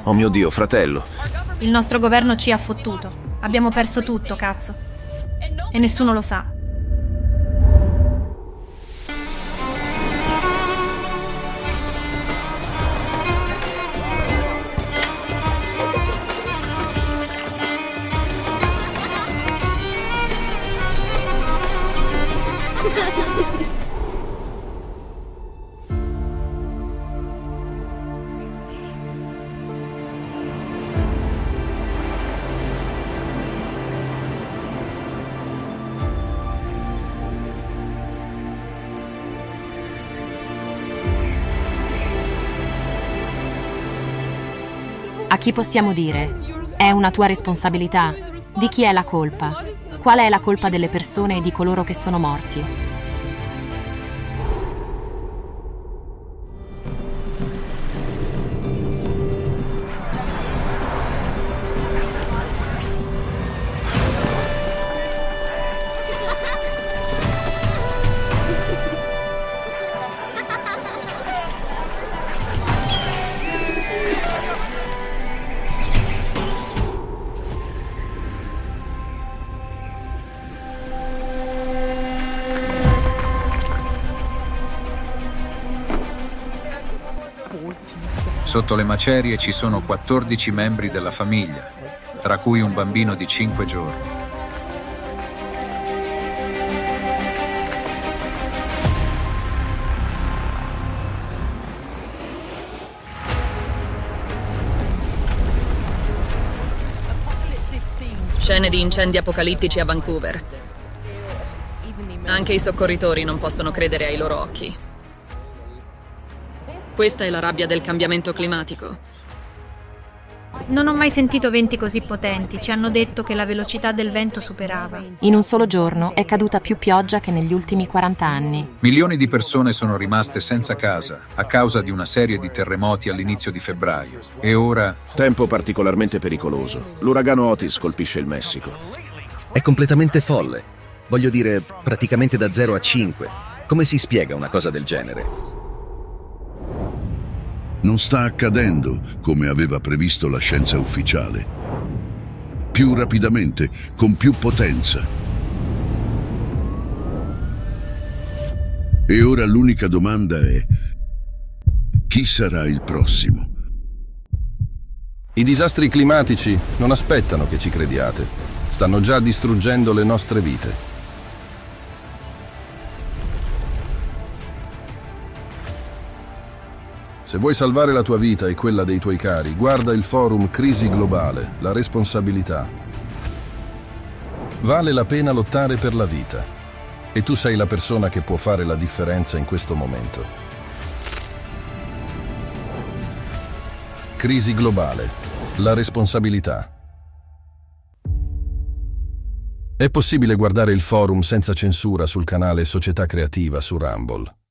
Oh mio Dio, fratello. Il nostro governo ci ha fottuto. Abbiamo perso tutto, cazzo. E nessuno lo sa. A chi possiamo dire? È una tua responsabilità? Di chi è la colpa? Qual è la colpa delle persone e di coloro che sono morti? Sotto le macerie ci sono 14 membri della famiglia, tra cui un bambino di 5 giorni. Scene di incendi apocalittici a Vancouver. Anche i soccorritori non possono credere ai loro occhi. Questa è la rabbia del cambiamento climatico. Non ho mai sentito venti così potenti. Ci hanno detto che la velocità del vento superava. In un solo giorno è caduta più pioggia che negli ultimi 40 anni. Milioni di persone sono rimaste senza casa a causa di una serie di terremoti all'inizio di febbraio. E ora... Tempo particolarmente pericoloso. L'uragano Otis colpisce il Messico. È completamente folle. Voglio dire, praticamente da 0 a 5. Come si spiega una cosa del genere? Non sta accadendo come aveva previsto la scienza ufficiale. Più rapidamente, con più potenza. E ora l'unica domanda è: chi sarà il prossimo? I disastri climatici non aspettano che ci crediate. Stanno già distruggendo le nostre vite. Se vuoi salvare la tua vita e quella dei tuoi cari, guarda il forum Crisi Globale, la responsabilità. Vale la pena lottare per la vita. E tu sei la persona che può fare la differenza in questo momento. Crisi Globale, la responsabilità. È possibile guardare il forum senza censura sul canale Società Creativa su Rumble.